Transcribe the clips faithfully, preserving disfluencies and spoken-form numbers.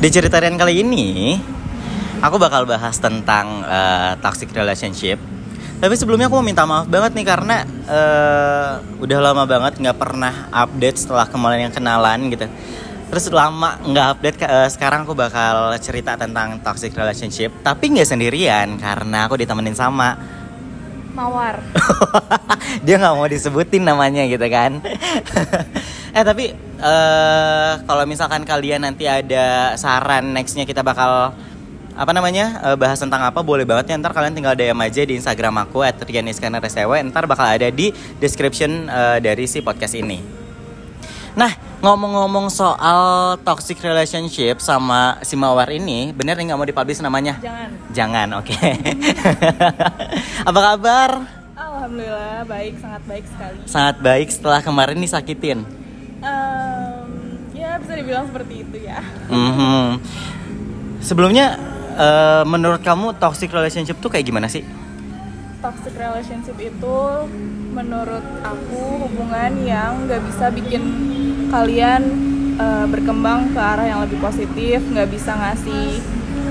Di cerita Rian kali ini, aku bakal bahas tentang uh, toxic relationship. Tapi sebelumnya aku mau minta maaf banget nih karena uh, udah lama banget nggak pernah update setelah kemarin yang kenalan gitu. Terus lama nggak update, uh, sekarang aku bakal cerita tentang toxic relationship. Tapi nggak sendirian karena aku ditemenin sama Mawar. Dia nggak mau disebutin namanya gitu kan. Eh tapi uh, kalau misalkan kalian nanti ada saran nextnya kita bakal apa namanya uh, bahas tentang apa, boleh banget ya. Ntar kalian tinggal D M aja di Instagram aku at rian iskandar s t w. Ntar bakal ada di description uh, dari si podcast ini. Nah, ngomong-ngomong soal toxic relationship sama si Mawar ini, bener nih nggak mau dipublish namanya? Jangan. Jangan, oke. Okay. Apa kabar? Alhamdulillah baik, sangat baik sekali. Sangat baik setelah kemarin disakitin. Um, ya bisa dibilang seperti itu ya. Mm-hmm. Sebelumnya, uh, menurut kamu toxic relationship tuh kayak gimana sih? Toxic relationship itu menurut aku hubungan yang nggak bisa bikin kalian uh, berkembang ke arah yang lebih positif, nggak bisa ngasih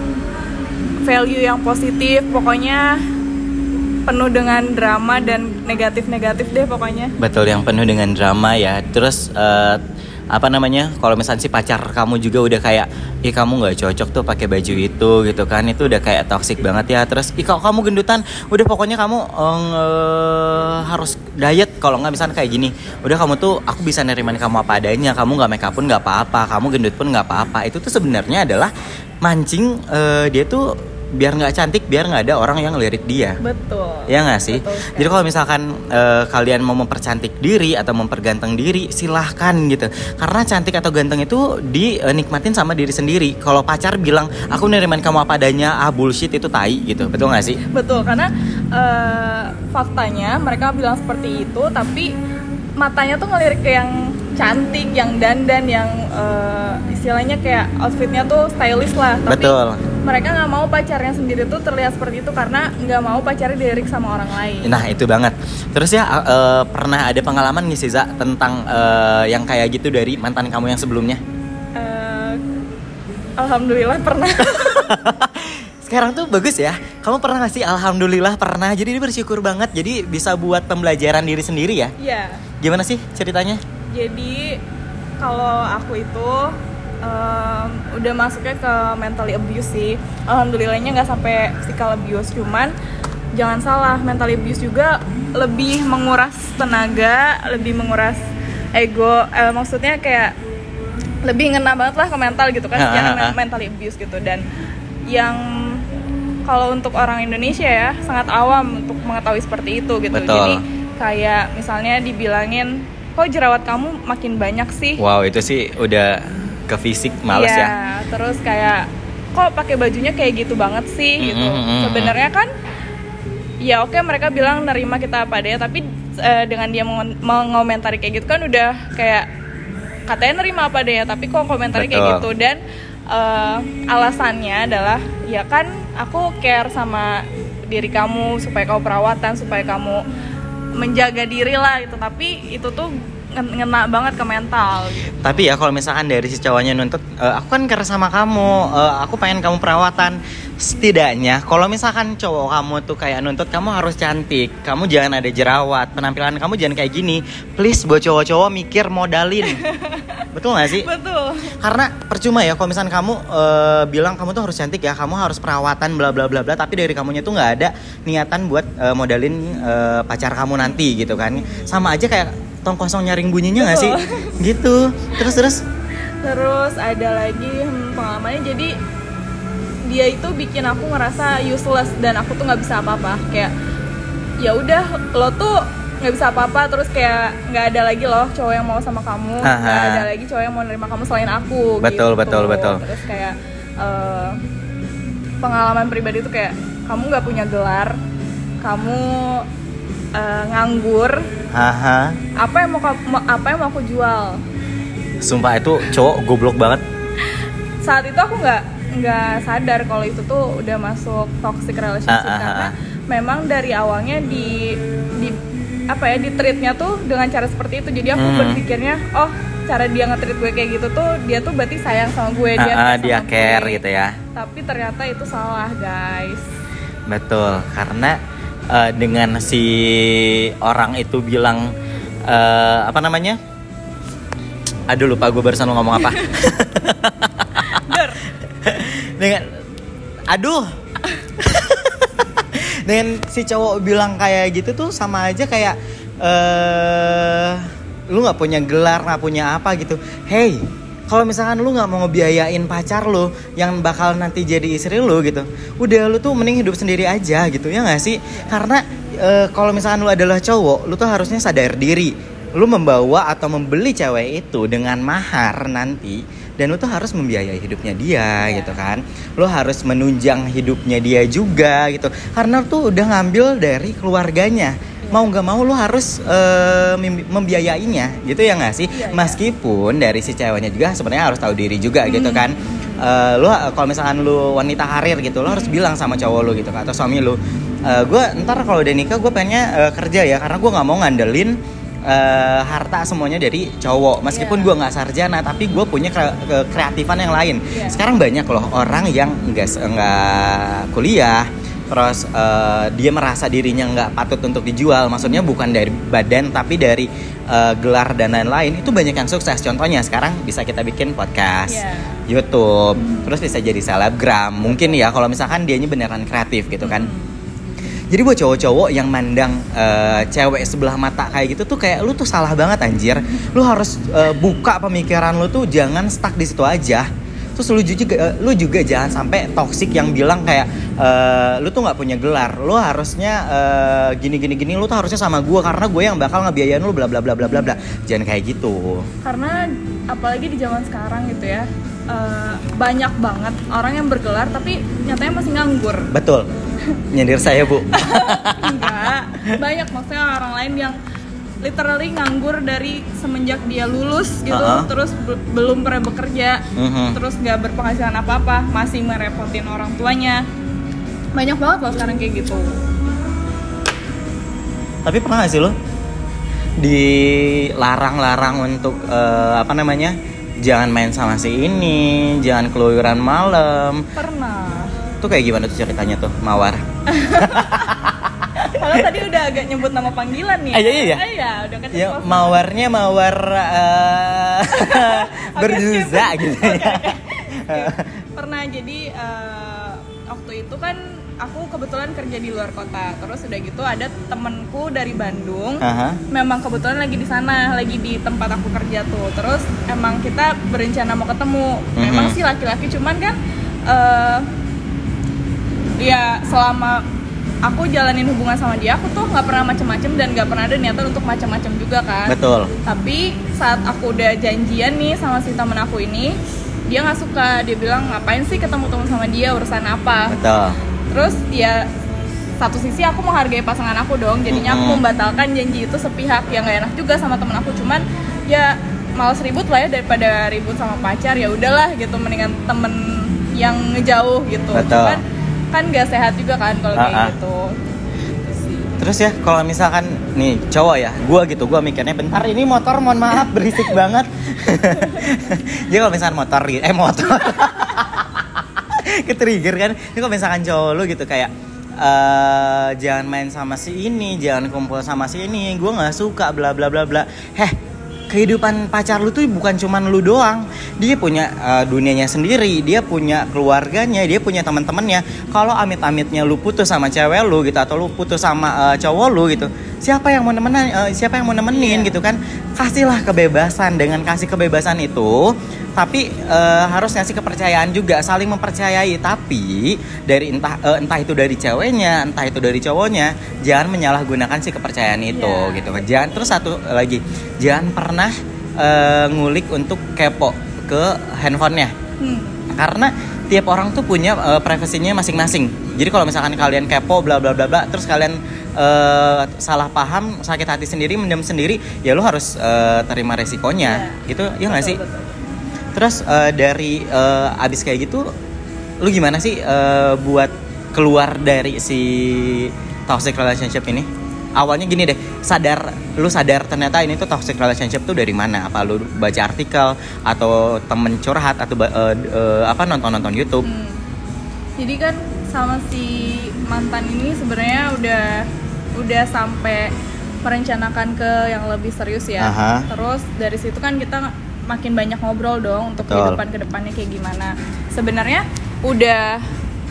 value yang positif, pokoknya penuh dengan drama dan negatif-negatif deh pokoknya. Betul, yang penuh dengan drama ya. Terus uh, apa namanya, kalau misalnya si pacar kamu juga udah kayak, ih kamu nggak cocok tuh pakai baju itu gitu kan, itu udah kayak toxic banget ya. Terus ih kalau kamu gendutan, udah pokoknya kamu uh, harus diet, kalau nggak misalnya kayak gini, udah kamu tuh aku bisa nerimain kamu apa adanya, kamu nggak make up pun nggak apa-apa, kamu gendut pun nggak apa-apa. Itu tuh sebenarnya adalah mancing uh, dia tuh biar nggak cantik, biar nggak ada orang yang lirik dia. Betul. Ya nggak sih? Betul, jadi kalau misalkan uh, kalian mau mempercantik diri atau memperganteng diri, silahkan gitu. Karena cantik atau ganteng itu dinikmatin sama diri sendiri. Kalau pacar bilang aku nerimain kamu apa adanya, ah bullshit, itu tai gitu. Betul nggak sih? Betul, karena uh, faktanya mereka bilang seperti itu, tapi matanya tuh ngelirik ke yang cantik, yang dandan, yang uh, istilahnya kayak outfitnya tuh stylish lah. Tapi betul. Mereka nggak mau pacarnya sendiri tuh terlihat seperti itu karena nggak mau pacarnya dilirik sama orang lain. Nah itu banget. Terus ya uh, pernah ada pengalaman nggak sih Za tentang uh, yang kayak gitu dari mantan kamu yang sebelumnya? Uh, Alhamdulillah pernah. Sekarang tuh bagus ya. Kamu pernah nggak sih? Alhamdulillah pernah. Jadi dia bersyukur banget. Jadi bisa buat pembelajaran diri sendiri ya. Iya. Gimana sih ceritanya? Jadi kalau aku itu Um, udah masuknya ke mentally abuse sih. Alhamdulillahnya nggak sampai physical abuse, cuman jangan salah, mentally abuse juga lebih menguras tenaga, lebih menguras ego. Eh, maksudnya kayak lebih ngena banget lah ke mental gitu kan, jangan mentally abuse gitu. Dan yang kalau untuk orang Indonesia ya sangat awam untuk mengetahui seperti itu gitu. Betul. Jadi kayak misalnya dibilangin, kok jerawat kamu makin banyak sih? Wow, itu sih udah ke fisik males ya, ya. Terus kayak kok pakai bajunya kayak gitu banget sih mm-hmm, gitu. Mm-hmm. Sebenarnya kan ya oke mereka bilang nerima kita apa adanya, tapi uh, dengan dia meng- mengomentari kayak gitu kan udah kayak katanya nerima apa adanya, tapi kok komentari kayak gitu. Dan uh, alasannya adalah ya kan aku care sama diri kamu supaya kamu perawatan, supaya kamu menjaga diri lah gitu. Tapi itu tuh ngena banget ke mental gitu. Tapi ya kalau misalkan dari si cowoknya nuntut, e, aku kan care sama kamu, e, aku pengen kamu perawatan. Setidaknya kalau misalkan cowok kamu tuh kayak nuntut kamu harus cantik, kamu jangan ada jerawat, penampilan kamu jangan kayak gini. Please buat cowok-cowok mikir modalin. Betul gak sih? Betul. Karena percuma ya kalau misalkan kamu e, bilang kamu tuh harus cantik ya, kamu harus perawatan bla bla bla bla, tapi dari kamunya tuh nggak ada niatan buat e, modalin e, pacar kamu nanti gitu kan. Sama aja kayak tong kosong nyaring bunyinya nggak sih? Gitu. Terus terus. Terus ada lagi hmm, pengalamannya, jadi dia itu bikin aku ngerasa useless dan aku tuh nggak bisa apa-apa. Kayak ya udah lo tuh nggak bisa apa-apa, terus kayak nggak ada lagi loh cowok yang mau sama kamu, nggak ada lagi cowok yang mau nerima kamu selain aku. Betul gitu. betul betul. Terus kayak uh, pengalaman pribadi tuh kayak kamu nggak punya gelar, kamu uh, nganggur. Haha. Apa yang mau apa yang mau aku jual? Sumpah itu cowok goblok banget. Saat itu aku nggak nggak sadar kalau itu tuh udah masuk toxic relationship ah, ah, karena ah. memang dari awalnya di di apa ya di treatnya tuh dengan cara seperti itu. Jadi aku hmm. berpikirnya oh cara dia nge-treat gue kayak gitu tuh dia tuh berarti sayang sama gue, dia uh, uh, sama dia care gue. gitu ya. Tapi ternyata itu salah, guys. Betul, karena uh, dengan si orang itu bilang uh, apa namanya? Aduh lupa gue barusan ngomong apa. dengan aduh dengan si cowok bilang kayak gitu tuh sama aja kayak uh, lu nggak punya gelar, nggak punya apa gitu. Hey, kalau misalkan lu nggak mau ngebiayain pacar lu yang bakal nanti jadi istri lu gitu, udah lu tuh mending hidup sendiri aja gitu, ya nggak sih? Karena uh, kalau misalkan lu adalah cowok, lu tuh harusnya sadar diri, lu membawa atau membeli cewek itu dengan mahar nanti, dan lu tuh harus membiayai hidupnya dia, yeah. gitu kan. Lu harus menunjang hidupnya dia juga gitu, karena tuh udah ngambil dari keluarganya. Mau nggak mau lu harus uh, membiayainya gitu, ya nggak sih? Yeah, meskipun yeah. dari si ceweknya juga sebenarnya harus tahu diri juga mm. gitu kan. Uh, lu kalau misalkan lu wanita karir gitu, lu harus bilang sama cowok lu gitu atau suami lu, uh, gue ntar kalau udah nikah gue pengennya uh, kerja ya, karena gue nggak mau ngandelin uh, harta semuanya dari cowok. Meskipun yeah. gue nggak sarjana, tapi gue punya kre- kreatifan yang lain. Yeah. Sekarang banyak loh orang yang nggak nggak kuliah, terus uh, dia merasa dirinya nggak patut untuk dijual. Maksudnya bukan dari badan tapi dari uh, gelar dan lain-lain. Itu banyak yang sukses. Contohnya sekarang bisa kita bikin podcast, yeah. YouTube, hmm. terus bisa jadi selebgram. Mungkin ya kalau misalkan dianya beneran kreatif gitu kan. Hmm. Jadi buat cowok-cowok yang mandang uh, cewek sebelah mata kayak gitu tuh kayak lu tuh salah banget anjir. Lu harus uh, buka pemikiran lu tuh, jangan stuck di situ aja. Terus lu juga, uh, lu juga jangan sampai toksik yang bilang kayak uh, lu tuh nggak punya gelar, lu harusnya uh, gini gini gini, lu tuh harusnya sama gue karena gue yang bakal ngebiayain lu bla bla bla bla bla bla. Jangan kayak gitu. Karena apalagi di zaman sekarang gitu ya, uh, banyak banget orang yang bergelar tapi nyatanya masih nganggur. Betul. Nyindir saya bu. Enggak, banyak maksudnya orang lain yang literally nganggur dari semenjak dia lulus gitu, uh-huh. terus be- belum pernah bekerja, uh-huh. terus nggak berpenghasilan apa-apa, masih merepotin orang tuanya. Banyak banget loh sekarang kayak gitu. Tapi pernah nggak sih lo dilarang-larang untuk uh, apa namanya, jangan main sama si ini, jangan keluyuran malam? Pernah. Tuh kayak gimana tuh ceritanya tuh, Mawar? Kalau tadi udah agak nyebut nama panggilan nih. Ah, iya iya. Ah, iya, udah kan. Ya, Mawarnya Mawar uh, berjuza gitu ya. Okay, okay. Pernah jadi uh, waktu itu kan aku kebetulan kerja di luar kota. Terus udah gitu ada temenku dari Bandung. Uh-huh. Memang kebetulan lagi di sana, lagi di tempat aku kerja tuh. Terus emang kita berencana mau ketemu. Uh-huh. Memang sih laki-laki, cuman kan uh, ya selama aku jalanin hubungan sama dia, aku tuh nggak pernah macem-macem dan nggak pernah ada niatan untuk macem-macem juga kan. Betul. Tapi saat aku udah janjian nih sama si temen aku ini, dia nggak suka. Dia bilang ngapain sih ketemu-temu sama dia, urusan apa? Betul. Terus ya satu sisi aku menghargai pasangan aku dong, jadinya mm-hmm. aku membatalkan janji itu sepihak. Ya nggak enak juga sama temen aku, cuman ya malas ribut lah ya daripada ribut sama pacar. Ya udahlah gitu, mendingan temen yang ngejauh gitu. Betul. Cuman kan gak sehat juga kan kalau kayak uh-uh. gitu. Terus ya kalau misalkan nih cowok ya, gue gitu, gue mikirnya bentar ini motor mohon maaf berisik banget. Jadi kalau misalkan motor eh motor ketrigger kan. Jadi kalau misalkan cowok lu gitu kayak uh, jangan main sama si ini, jangan kumpul sama si ini, gue nggak suka bla bla bla bla. Heh, kehidupan pacar lu tuh bukan cuman lu doang. Dia punya uh, dunianya sendiri, dia punya keluarganya, dia punya teman-temannya. Kalau amit-amitnya lu putus sama cewek lu gitu, atau lu putus sama uh, cowok lu gitu, siapa yang mau nemenin? Uh, siapa yang mau nemenin yeah. gitu kan? Kasihlah kebebasan. Dengan kasih kebebasan itu, tapi uh, harus ngasih kepercayaan juga, saling mempercayai. Tapi dari entah uh, entah itu dari ceweknya, entah itu dari cowoknya, jangan menyalahgunakan si kepercayaan itu yeah. gitu. Jangan. Terus satu lagi, jangan pernah uh, ngulik untuk kepo ke handphonenya, hmm. karena tiap orang tuh punya uh, privasinya masing-masing. Jadi kalau misalkan kalian kepo bla bla bla bla, terus kalian uh, salah paham, sakit hati sendiri, mendem sendiri, ya lu harus uh, terima resikonya, yeah. gitu ya nggak sih? Betul. Terus uh, dari uh, abis kayak gitu, lu gimana sih uh, buat keluar dari si toxic relationship ini? awalnya gini deh, sadar lu sadar ternyata ini tuh toxic relationship tuh dari mana? Apa lu baca artikel atau temen curhat atau uh, uh, apa nonton-nonton YouTube? Hmm. Jadi kan sama si mantan ini sebenarnya udah udah sampai merencanakan ke yang lebih serius ya. Aha. Terus dari situ kan kita makin banyak ngobrol dong untuk Betul. kehidupan kedepannya kayak gimana. Sebenarnya udah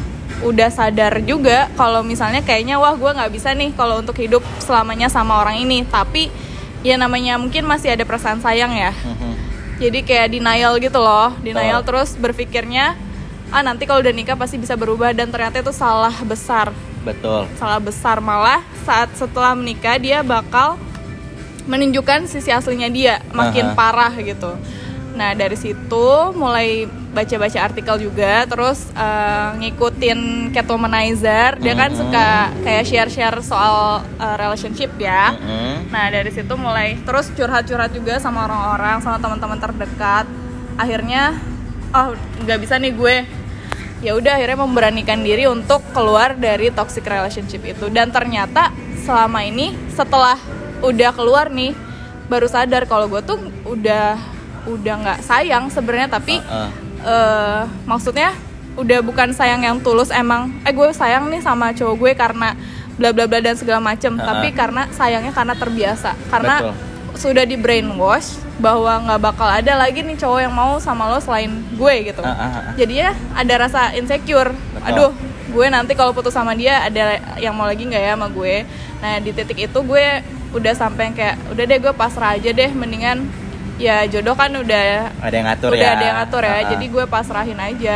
udah sadar juga kalau misalnya kayaknya wah gue nggak bisa nih kalau untuk hidup selamanya sama orang ini. Tapi ya namanya mungkin masih ada perasaan sayang ya. Mm-hmm. Jadi kayak denial gitu loh, denial. Betul. Terus berpikirnya ah nanti kalau udah nikah pasti bisa berubah, dan ternyata itu salah besar. Betul. Salah besar, malah saat setelah menikah dia bakal menunjukkan sisi aslinya dia makin uh-huh. parah gitu. Nah dari situ mulai baca-baca artikel juga, terus uh, ngikutin Cat Womanizer. Dia uh-huh. kan suka kayak share-share soal uh, relationship ya. Uh-huh. Nah dari situ mulai terus curhat-curhat juga sama orang-orang, sama teman-teman terdekat. Akhirnya oh nggak bisa nih gue. Ya udah akhirnya memberanikan diri untuk keluar dari toxic relationship itu. Dan ternyata selama ini setelah udah keluar nih baru sadar kalau gue tuh udah udah nggak sayang sebenarnya, tapi uh-uh. uh, maksudnya udah bukan sayang yang tulus emang eh gue sayang nih sama cowok gue karena bla bla bla dan segala macem, uh-uh. tapi karena sayangnya karena terbiasa, karena Betul. Sudah di brainwash bahwa nggak bakal ada lagi nih cowok yang mau sama lo selain gue gitu. Uh, uh, uh. Jadinya ada rasa insecure. Betul. Aduh, gue nanti kalau putus sama dia ada yang mau lagi nggak ya sama gue. Nah di titik itu gue udah sampai kayak udah deh gue pasrah aja deh, mendingan ya jodoh kan udah ada yang ngatur udah ya. ada yang ngatur ya. Uh, uh. Jadi gue pasrahin aja.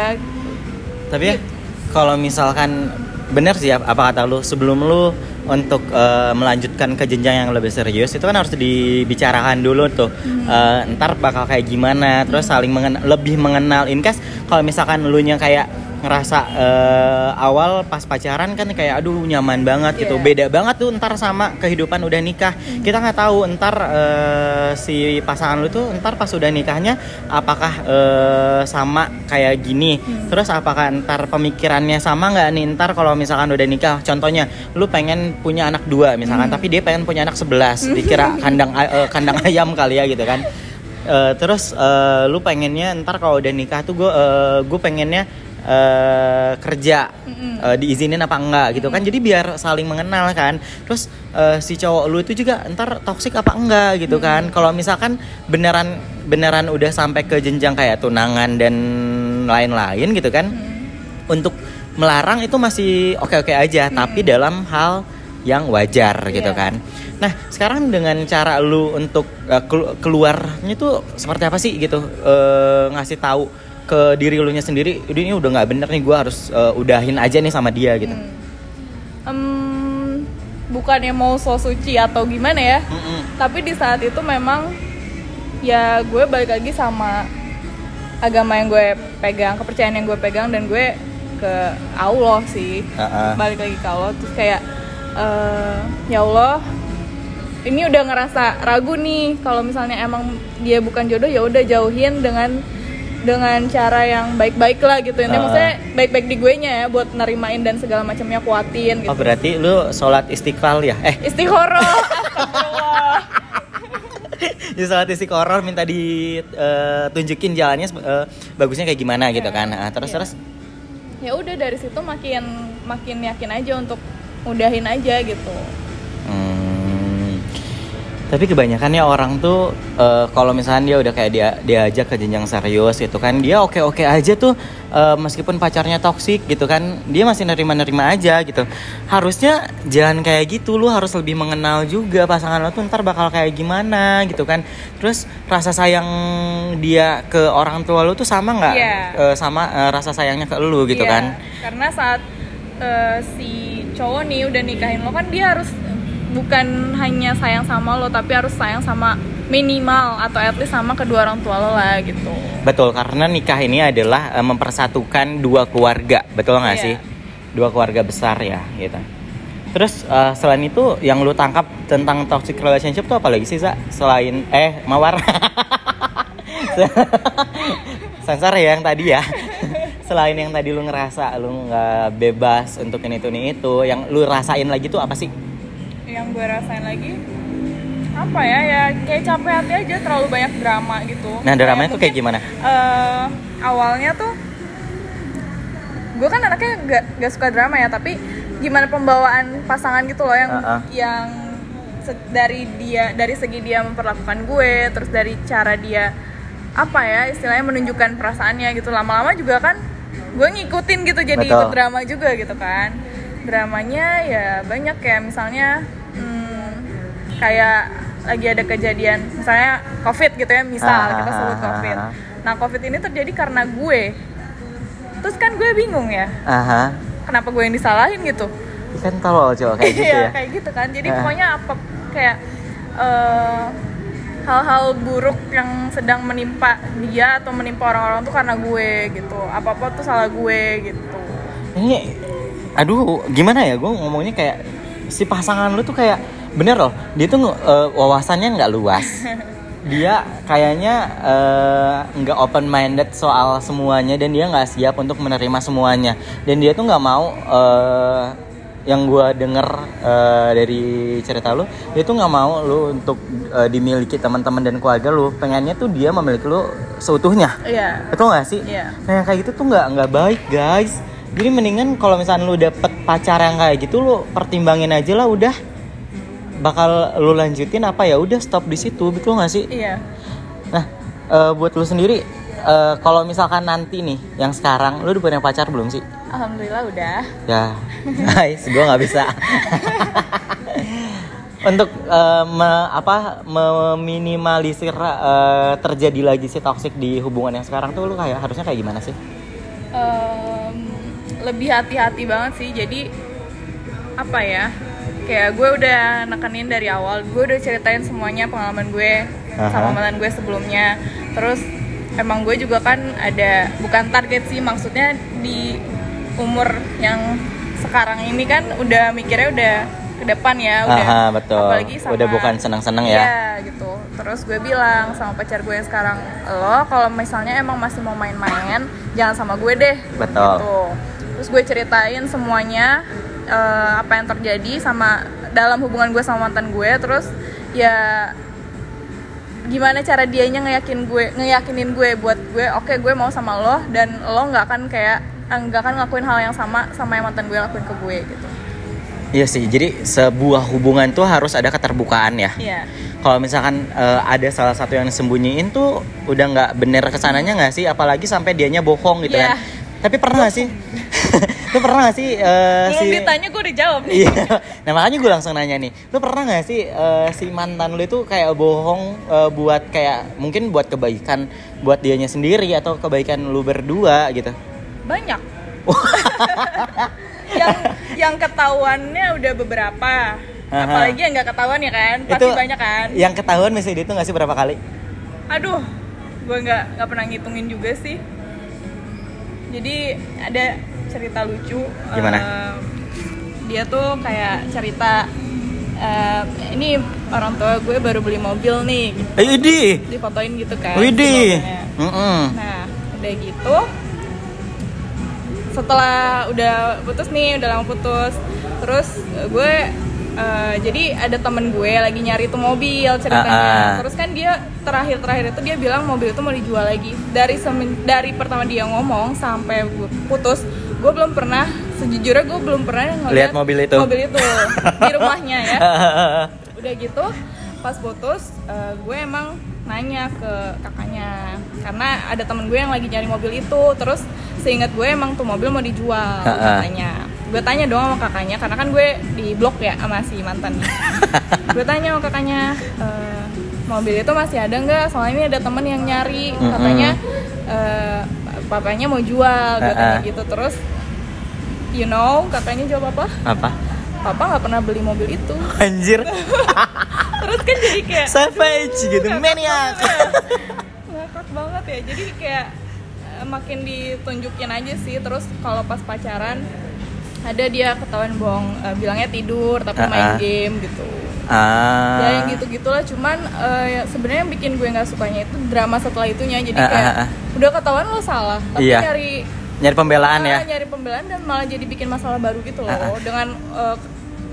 Tapi ya, kalau misalkan bener sih apa kata lu, sebelum lu untuk uh, melanjutkan ke jenjang yang lebih serius itu kan harus dibicarakan dulu tuh. hmm. uh, ntar bakal kayak gimana, terus saling mengenal, lebih mengenal. In case kalau misalkan lu nya kayak ngerasa uh, awal pas pacaran kan kayak aduh nyaman banget gitu, yeah. beda banget tuh ntar sama kehidupan udah nikah. hmm. Kita nggak tahu ntar uh, si pasangan lu tuh ntar pas udah nikahnya apakah uh, sama kayak gini. hmm. Terus apakah ntar pemikirannya sama nggak nih ntar kalau misalkan udah nikah. Contohnya lu pengen punya anak dua misalkan, hmm. tapi dia pengen punya anak sebelas, dikira kandang uh, kandang ayam kali ya gitu kan. Uh, terus uh, lu pengennya ntar kalau udah nikah tuh gue uh, gue pengennya Uh, kerja uh, diizinin apa enggak gitu kan. Jadi biar saling mengenal kan. Terus uh, si cowok lu itu juga ntar toksik apa enggak gitu kan. Kalau misalkan beneran beneran udah sampai ke jenjang kayak tunangan dan lain-lain gitu kan, hmm. untuk melarang itu masih oke-oke aja, hmm. tapi dalam hal yang wajar gitu yeah. kan. Nah sekarang dengan cara lu untuk uh, keluarnya itu seperti apa sih gitu, uh, ngasih tahu ke diri lu nya sendiri, udah ini udah nggak bener nih, gue harus uh, udahin aja nih sama dia gitu. Hmm. Um, bukannya mau so suci atau gimana ya, Mm-mm. tapi di saat itu memang ya gue balik lagi sama agama yang gue pegang, kepercayaan yang gue pegang, dan gue ke Allah sih. Uh-uh. Balik lagi ke Allah, terus kayak uh, ya Allah, ini udah ngerasa ragu nih kalau misalnya emang dia bukan jodoh, ya udah jauhin dengan dengan cara yang baik-baik lah gitu. Ini uh. maksudnya baik-baik di gue nya ya, buat nerimain dan segala macamnya, kuatin gitu. Oh berarti lu sholat istiqlal ya? Eh istiqoroh. Astagfirullah. Di sholat istiqoroh minta ditunjukin uh, jalannya uh, bagusnya kayak gimana gitu kan. Nah, terus yeah. terus ya udah dari situ makin makin yakin aja untuk mudahin aja gitu. Tapi kebanyakannya orang tuh uh, kalau misalnya dia udah kayak dia diajak ke jenjang serius gitu kan, dia oke-oke aja tuh, uh, meskipun pacarnya toksik gitu kan, dia masih nerima-nerima aja gitu. Harusnya jangan kayak gitu, lu harus lebih mengenal juga pasangan lo tuh ntar bakal kayak gimana gitu kan. Terus rasa sayang dia ke orang tua lu tuh sama nggak? Yeah. Uh, sama uh, rasa sayangnya ke lu gitu yeah. kan? Karena saat uh, si cowok nih udah nikahin lo kan, dia harus bukan hanya sayang sama lo, tapi harus sayang sama minimal atau at least sama kedua orang tua lo lah gitu. Betul, karena nikah ini adalah uh, mempersatukan dua keluarga, betul nggak yeah. sih? Dua keluarga besar ya gitu. Terus uh, selain itu yang lu tangkap tentang toxic relationship tuh apa lagi sih, Sa? Selain eh Mawar. Sensor ya yang tadi ya. Selain yang tadi lu ngerasa lu nggak bebas untuk ini itu ini itu, yang lu rasain lagi tuh apa sih? yang gue rasain lagi apa ya ya kayak capek hati aja, terlalu banyak drama gitu. Nah dramanya tuh kayak gimana? Uh, awalnya tuh gue kan anaknya gak, gak suka drama ya, tapi gimana pembawaan pasangan gitu loh yang uh-uh. yang se- dari dia dari segi dia memperlakukan gue, terus dari cara dia apa ya istilahnya menunjukkan perasaannya gitu, lama-lama juga kan gue ngikutin gitu, jadi Betul. ikut drama juga gitu kan. Dramanya ya banyak ya, misalnya hmm, kayak lagi ada kejadian misalnya COVID gitu ya, misal kita sebut COVID. Nah COVID ini terjadi karena gue, terus kan gue bingung ya, Aha. kenapa gue yang disalahin gitu? Kan tolol coba kayak gitu ya. Kayak gitu kan, jadi pokoknya apa kayak uh, hal-hal buruk yang sedang menimpa dia atau menimpa orang-orang tuh karena gue gitu, apa-apa tuh salah gue gitu. Ini, aduh gimana ya, gue ngomongnya kayak si pasangan lu tuh kayak bener loh, dia tuh uh, wawasannya nggak luas, dia kayaknya nggak uh, open minded soal semuanya, dan dia nggak siap untuk menerima semuanya, dan dia tuh nggak mau uh, yang gue denger uh, dari cerita lu, dia tuh nggak mau lu untuk uh, dimiliki teman-teman dan keluarga lu, pengennya tuh dia memiliki lu seutuhnya. Iya. Betul nggak sih? Iya. Nah yang kayak gitu tuh nggak nggak baik guys. Jadi mendingan kalau misalnya lu dapet pacar yang kayak gitu, lu pertimbangin aja lah, udah bakal lu lanjutin apa ya udah stop di situ, betul nggak sih? Iya. Nah uh, buat lu sendiri, uh, kalau misalkan nanti nih yang sekarang lu udah punya pacar belum sih? Alhamdulillah udah. Ya guys, gue nggak bisa. Untuk uh, me, apa meminimalisir uh, terjadi lagi si toxic di hubungan yang sekarang tuh, lu kayak harusnya kayak gimana sih? Um, lebih hati-hati banget sih. Jadi apa ya, kayak gue udah nekenin dari awal, gue udah ceritain semuanya pengalaman gue Aha. sama mantan gue sebelumnya. Terus emang gue juga kan ada, bukan target sih, maksudnya di umur yang sekarang ini kan udah mikirnya udah ke depan ya, udah. Aha, betul. Apalagi sama, udah bukan senang-senang ya. Iya gitu. Terus gue bilang sama pacar gue yang sekarang, lo kalau misalnya emang masih mau main-main, jangan sama gue deh. Betul. Gitu. Terus gue ceritain semuanya, uh, apa yang terjadi sama dalam hubungan gue sama mantan gue. Terus ya gimana cara dianya ngeyakin gue, ngeyakinin gue buat gue, oke okay, gue mau sama lo, dan lo nggak akan kayak nggak akan ngelakuin hal yang sama sama yang mantan gue lakuin ke gue gitu. Iya sih, jadi sebuah hubungan tuh harus ada keterbukaan ya. Iya. Kalau misalkan uh, ada salah satu yang disembunyiin tuh udah nggak bener kesananya nggak sih, apalagi sampai dianya bohong gitu yeah. kan. Tapi pernah nggak sih? Lu pernah nggak sih? Uh, Belum si... ditanya gue udah jawab nih. Iya. Nah makanya gue langsung nanya nih, lu pernah nggak sih uh, si mantan lu itu kayak bohong uh, buat kayak mungkin buat kebaikan buat dianya sendiri atau kebaikan lu berdua gitu? Banyak. yang yang ketahuannya udah beberapa. Aha. Apalagi yang nggak ketahuan ya kan, pasti itu banyak kan. Yang ketahuan misalnya itu nggak sih berapa kali? Aduh, gue nggak nggak pernah ngitungin juga sih. Jadi ada cerita lucu. Gimana? Uh, dia tuh kayak cerita, uh, ini orang tua gue baru beli mobil nih. Gitu. Widih. Difotoin gitu kan. Widih. Nah, udah gitu. Setelah udah putus nih, udah lama putus, terus gue uh, jadi ada temen gue lagi nyari tuh mobil ceritanya. Uh-uh. Terus kan dia terakhir-terakhir itu dia bilang mobil itu mau dijual lagi. Dari semen, dari pertama dia ngomong sampai putus, gue belum pernah, sejujurnya gue belum pernah ngeliat mobil itu. Mobil itu di rumahnya ya. Udah gitu, pas putus, uh, gue emang nanya ke kakaknya karena ada temen gue yang lagi nyari mobil itu. Terus seingat gue emang tuh mobil mau dijual. Uh-uh. Katanya gue tanya dong sama kakaknya karena kan gue di blok ya sama si mantan nih. Gue tanya sama kakaknya, e, mobil itu masih ada nggak, soalnya ini ada temen yang nyari. Mm-hmm. Katanya e, papanya mau jual. Gue tanya gitu. Terus you know kakaknya jawab apa? Apa? Papa nggak pernah beli mobil itu. Anjir. Terus kan jadi kayak savage gitu, maniak. Ngakak banget ya. Jadi kayak makin ditunjukin aja sih. Terus kalau pas pacaran ada dia ketahuan bohong, uh, bilangnya tidur tapi uh-uh. main game gitu. Uh. Ya yang gitu-gitulah. Cuman uh, ya, sebenarnya yang bikin gue nggak sukanya itu drama setelah itunya. Jadi kayak uh, uh, uh. udah ketahuan lo salah, tapi iya. nyari nyari pembelaan uh, ya. Nyari pembelaan dan malah jadi bikin masalah baru gitu loh. Uh, uh. Dengan uh,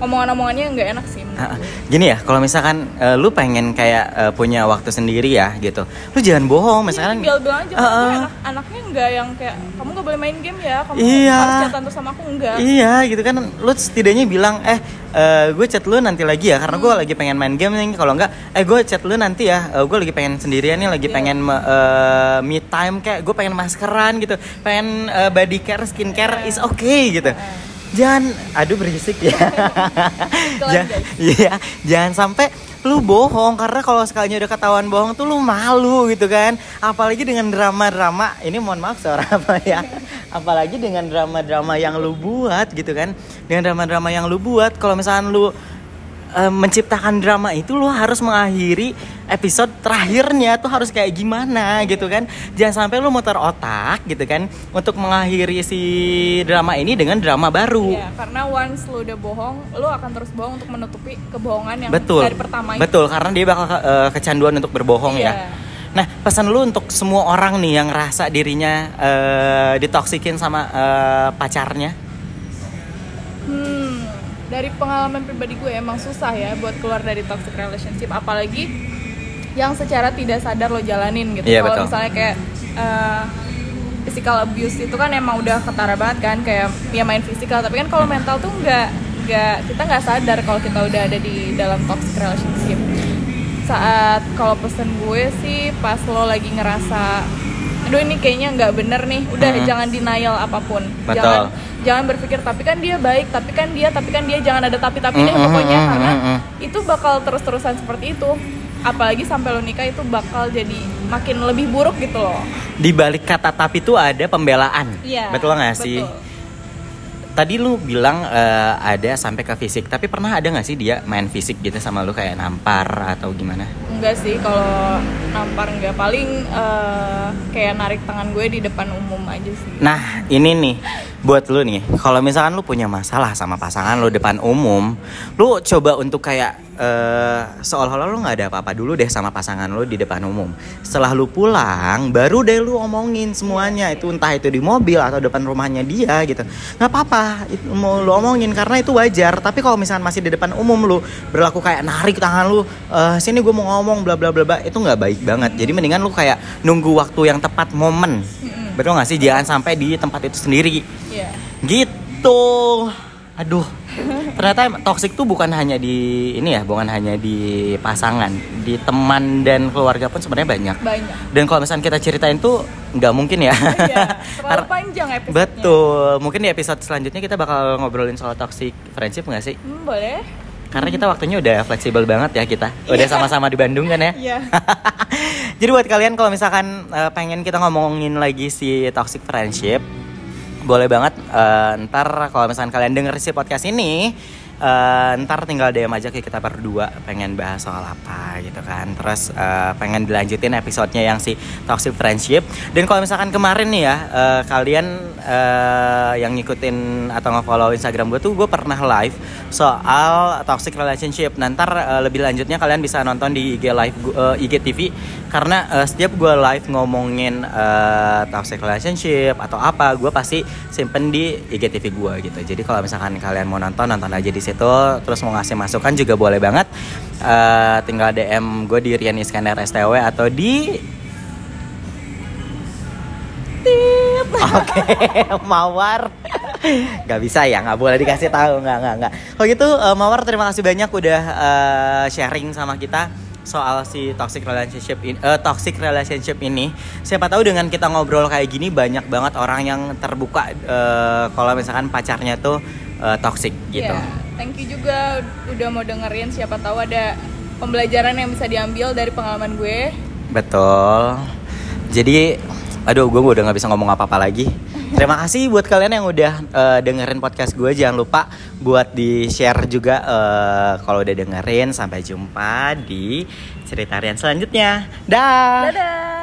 omongan-omongannya nggak enak sih. Uh, gini ya, kalau misalkan uh, lu pengen kayak uh, punya waktu sendiri ya gitu, lu jangan bohong. Misalkan tinggal bilang aja, uh, uh, anak, anaknya nggak yang kayak kamu nggak boleh main game ya, kamu iya, harus chatan terus sama aku, enggak. Iya gitu kan, lu setidaknya bilang eh uh, gue chat lu nanti lagi ya, karena hmm. gue lagi pengen main game nih. Kalau enggak, eh gue chat lu nanti ya, uh, gue lagi pengen sendirian nih, lagi yeah. pengen uh, me time, kayak gue pengen maskeran gitu, pengen uh, body care, skin care yeah. is okay gitu. Yeah. Jangan, aduh berisik ya. jangan, iya, jangan sampai lu bohong, karena kalau sekalinya udah ketahuan bohong tuh lu malu gitu kan. Apalagi dengan drama-drama, ini mohon maaf suara apa ya. Apalagi dengan drama-drama yang lu buat gitu kan. Dengan drama-drama yang lu buat, kalau misalkan lu uh, menciptakan drama itu, lu harus mengakhiri episode terakhirnya tuh harus kayak gimana gitu kan. Jangan sampai lu muter otak gitu kan untuk mengakhiri si drama ini dengan drama baru. Iya, karena once lu udah bohong, lu akan terus bohong untuk menutupi kebohongan yang betul, dari pertama itu. Betul, karena dia bakal uh, kecanduan untuk berbohong iya. ya. Nah, pesan lu untuk semua orang nih yang ngerasa dirinya uh, ditoksikin sama uh, pacarnya. Hmm, dari pengalaman pribadi gue emang susah ya buat keluar dari toxic relationship, apalagi yang secara tidak sadar lo jalanin gitu. Yeah, kalau misalnya kayak uh, physical abuse itu kan emang udah ketara banget kan, kayak ya main fisikal, tapi kan kalau mental tuh nggak nggak kita nggak sadar kalau kita udah ada di dalam toxic relationship. Saat kalau pesen gue sih pas lo lagi ngerasa aduh ini kayaknya nggak bener nih, udah hmm. jangan denial apapun. Betul. Jangan jangan berpikir tapi kan dia baik, tapi kan dia, tapi kan dia, jangan ada tapi-tapi deh mm-hmm, pokoknya mm-hmm, karena mm-hmm. itu bakal terus-terusan seperti itu. Apalagi sampai lo nikah itu bakal jadi makin lebih buruk gitu loh. Di balik kata tapi itu ada pembelaan. Iya, betul nggak sih? Betul. Tadi lu bilang uh, ada sampai ke fisik, tapi pernah ada nggak sih dia main fisik gitu sama lu, kayak nampar atau gimana? Enggak sih, kalau nampar enggak, paling uh, kayak narik tangan gue di depan umum aja sih. Nah ini nih buat lu nih, kalau misalkan lu punya masalah sama pasangan lu depan umum, lu coba untuk kayak uh, seolah-olah lu nggak ada apa-apa dulu deh sama pasangan lu di depan umum. Setelah lu pulang, baru deh lu omongin semuanya, itu entah itu di mobil atau depan rumahnya dia gitu. Nggak apa-apa, itu mau lu omongin karena itu wajar. Tapi kalau misalkan masih di depan umum lu berlaku kayak narik tangan lu, uh, sini gue mau ngomong bla bla bla bla, itu nggak baik banget. Jadi mendingan lu kayak nunggu waktu yang tepat, momen. Mm-hmm. Betul nggak sih? Jangan sampai di tempat itu sendiri. Yeah. Gitu. Aduh. Ternyata toksik tuh bukan hanya di ini ya, bukan hanya di pasangan, di teman dan keluarga pun sebenarnya banyak. Banyak. Dan kalau misalnya kita ceritain tuh nggak mungkin ya. Iya, terlalu panjang episode-nya. Betul. Mungkin di episode selanjutnya kita bakal ngobrolin soal toxic friendship nggak sih? Hmm, boleh. Karena kita waktunya udah fleksibel banget ya kita. Udah sama-sama di Bandung kan ya. Iya. Jadi buat kalian kalau misalkan uh, pengen kita ngomongin lagi si toxic friendship, boleh banget. Uh, ntar kalau misalkan kalian denger si podcast ini, uh, ntar tinggal D M aja ke kita berdua pengen bahas soal apa gitu kan. Terus uh, pengen dilanjutin episodenya yang si toxic friendship. Dan kalau misalkan kemarin nih ya, uh, kalian uh, yang ngikutin atau nge-follow Instagram gue tuh, gue pernah live soal toxic relationship. Nah, ntar uh, lebih lanjutnya kalian bisa nonton di I G live uh, I G T V. Karena uh, setiap gue live ngomongin uh, toxic relationship atau apa, gue pasti simpen di I G T V gue gitu. Jadi kalau misalkan kalian mau nonton, nonton aja di situ. Terus mau ngasih masukan juga boleh banget. Uh, tinggal D M gue di Rian Iskandar S T W atau di Tip. Oke, Mawar. Gak bisa ya, gak boleh dikasih tahu, gak, gak, gak. Kalau gitu uh, Mawar, terima kasih banyak udah uh, sharing sama kita soal si toxic relationship ini, uh, toxic relationship ini. Siapa tahu dengan kita ngobrol kayak gini banyak banget orang yang terbuka uh, kalau misalkan pacarnya tuh uh, toxic gitu. Yeah, thank you juga udah mau dengerin. Siapa tahu ada pembelajaran yang bisa diambil dari pengalaman gue. Betul. Jadi, aduh, gue udah nggak bisa ngomong apa-apa lagi. Terima kasih buat kalian yang udah uh, dengerin podcast gue. Jangan lupa buat di-share juga uh, kalau udah dengerin. Sampai jumpa di cerita Rian selanjutnya. Dah. Dadah.